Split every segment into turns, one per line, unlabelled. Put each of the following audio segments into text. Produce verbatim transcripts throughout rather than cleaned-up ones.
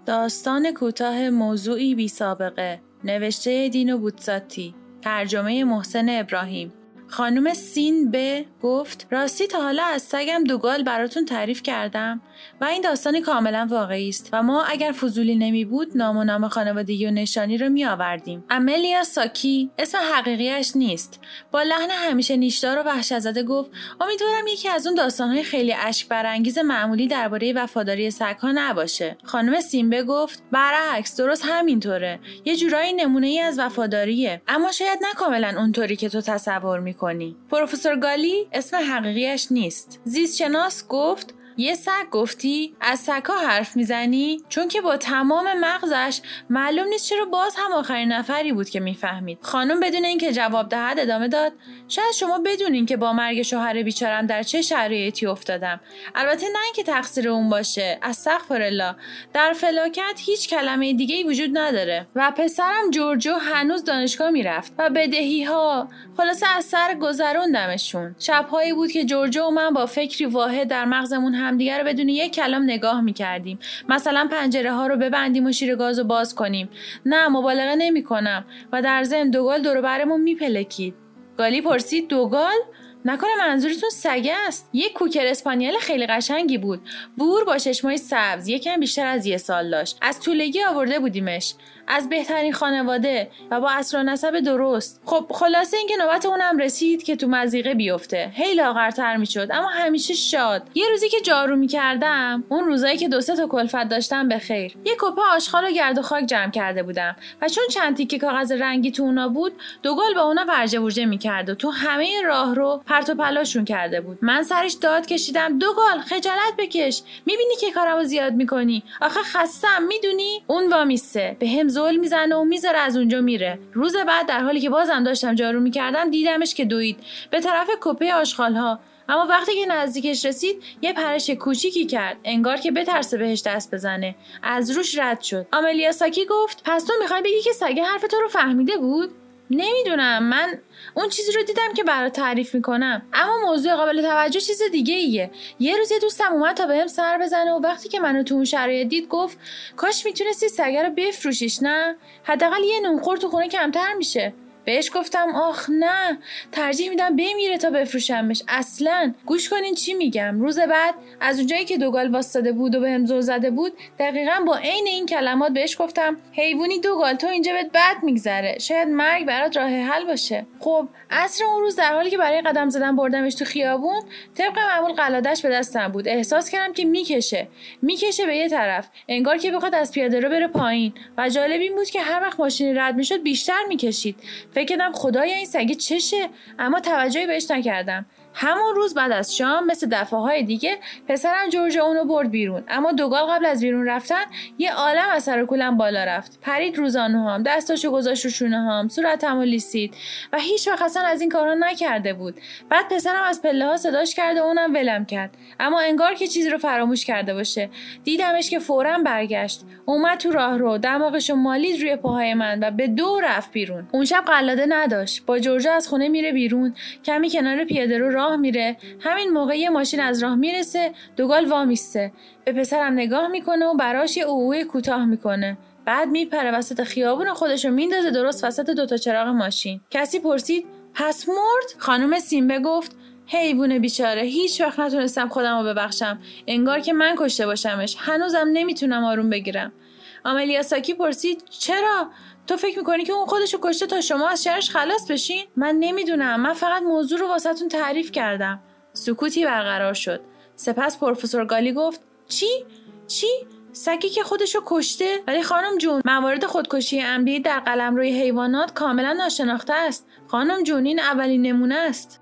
داستان کوتاه موضوعی بی سابقه، نوشته دینو بوتزاتی، ترجمه محسن ابراهیم. خانم سین به گفت راستی تا حالا از سگم دوگال براتون تعریف کردم و این داستانی کاملا واقعی است و ما اگر فضولی نمی بود نام و نام خانوادگی و نشانی رو می آوردیم. املیا ساکی اسم حقیقیش نیست. با لحن همیشه نیشدار و وحشت‌زده گفت امیدوارم یکی از اون داستان‌های خیلی اشک برانگیز معمولی درباره وفاداری سگ‌ها نباشه. خانم سینبه گفت برعکس درست همینطوره. یه جورایی نمونه‌ای از وفاداریه، اما شاید نه کاملا اونطوری که تو تصور می‌کنی. کنی. پروفسور گالی اسم حقیقیش نیست. زیست شناس گفت یه سگ گفتی؟ از سگ‌ها حرف میزنی؟ چون که با تمام مغزش معلوم نیست چرا باز هم آخرین نفری بود که میفهمید. خانم بدون اینکه جواب دهد ادامه داد شاید شما بدونین که با مرگ شوهر بیچارم در چه شرایطی افتادم. البته نه اینکه تقصیر اون باشه، استغفرالله. در فلاکت هیچ کلمه دیگه‌ای وجود نداره. و پسرم جورجو هنوز دانشگاه میرفت و بدهی‌ها. خلاصه از سر گذروندمشون. شب‌هایی بود که جورجو و من با فکری واحد در مغزمون همدیگه رو بدون یک کلام نگاه می‌کردیم. مثلا پنجره ها رو ببندیم و شیر گاز رو باز کنیم. نه مبالغه نمی‌کنم. و در ضمن دوگال دور و برمون میپلکید. گالی پرسید دوگال؟ نکنه منظورتون سگه است؟ یک کوکر اسپانیال خیلی قشنگی بود. بور با چشمای سبز، یکم بیشتر از یه سال داشت. از طولگی آورده بودیمش. از بهترین خانواده و با اصل و نسب درست. خب خلاصه اینکه نوبت اونم رسید که تو مضیقه بیفته. هی لاغرتر میشد اما همیشه شاد. یه روزی که جارو میکردم، اون روزایی که دو سه تا کلفت داشتم به خیر، یه کپه آشغال و گرد و خاک جمع کرده بودم و چون چند تیکه کاغذ رنگی تو اونا بود، دوگال با اونا ورجه ورجه میکرد و تو همه راه رو پرت و پلاشون کرده بود. من سرش داد کشیدم دوگال خجالت بکش. میبینی که کارمو زیاد میکنی؟ آخه خستم میدونی؟ اون وامیسته. بهم زل میزنه و میذاره از اونجا میره. روز بعد در حالی که بازم داشتم جارو میکردم دیدمش که دوید به طرف کپه آشغال‌ها. اما وقتی که نزدیکش رسید یه پرش کوچیکی کرد، انگار که بترسه بهش دست بزنه. از روش رد شد. آملیا ساکی گفت پس تو میخوای بگی که سگه حرف تو رو فهمیده بود؟ نمیدونم، من اون چیزی رو دیدم که برات تعریف میکنم، اما موضوع قابل توجه چیز دیگه ایه. یه روز یه دوستم اومد تا بهم سر بزنه و وقتی که منو تو اون شرایط دید گفت کاش میتونستی سگه رو بفروشیش، نه حداقل یه نونخور تو خونه کمتر میشه. بهش گفتم آخ نه، ترجیح میدم بمیره تا بفروشمش. اصلا گوش کنین چی میگم. روز بعد از اونجایی که دوگال واسطاده بود و بهم زل زده بود دقیقاً با عین این کلمات بهش گفتم حیوانی دوگال، تو اینجا بهت بد میگذره، شاید مرگ برات راه حل باشه. خب عصر اون روز در حالی که برای قدم زدن بردمش تو خیابون، طبق معمول قلادش به دستم بود. احساس کردم که میکشه میکشه به یه طرف، انگار که بخواد از پیاده رو بره پایین. و جالب این بود که هر وقت ماشین رد میشد بیشتر میکشید. فکر کردم خدایا این سگه چشه، اما توجهی بهش نکردم. همون روز بعد از شام مثل دفعه‌های دیگه پسرم جورج اونو برد بیرون، اما دوگال قبل از بیرون رفتن یه عالم از سر و کولم بالا رفت. پرید رو زانوهام، دستاشو گذاشت رو شونه‌هام، صورتمو لیسید و هیچ وقت اصلا از این کارا نکرده بود. بعد پسرم از پله‌ها صداش کرد و اونم ولم کرد، اما انگار که چیزی رو فراموش کرده باشه. دیدمش که فوراً برگشت، اومد تو راهرو، دماغشو مالید روی پاهای من و به دو رفت بیرون. اون شب قلاده نداشت. با جورج از خونه میره بیرون، کمی کنار پیاده رو راه میره. همین موقع یه ماشین از راه میرسه. دوگال وامیسته، به پسرم نگاه میکنه و براش یه اوه کوتاه میکنه. بعد میپره وسط خیابون و خودشو میندازه درست وسط دوتا چراغ ماشین. کسی پرسید پس مرد؟ خانم سینبه گفت حیوان بیچاره، هیچ وقت نتونستم خودم رو ببخشم، انگار که من کشته باشمش. هنوزم نمیتونم آروم بگیرم. آملیا ساکی پرسید چرا؟ تو فکر میکنی که اون خودشو کشته تا شما از شرش خلاص بشین؟ من نمیدونم، من فقط موضوع رو واسهتون تعریف کردم. سکوتی برقرار شد. سپس پروفسور گالی گفت چی؟ چی؟ سگی که خودشو کشته؟ ولی خانم جون، موارد خودکشی عمدی در قلمروی حیوانات کاملا ناشناخته است. خانم جون، این اولین نمونه است.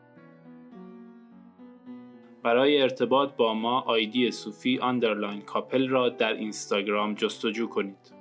برای ارتباط با ما آیدی صوفی آندرلاین کاپل را در اینستاگرام جستجو کنید.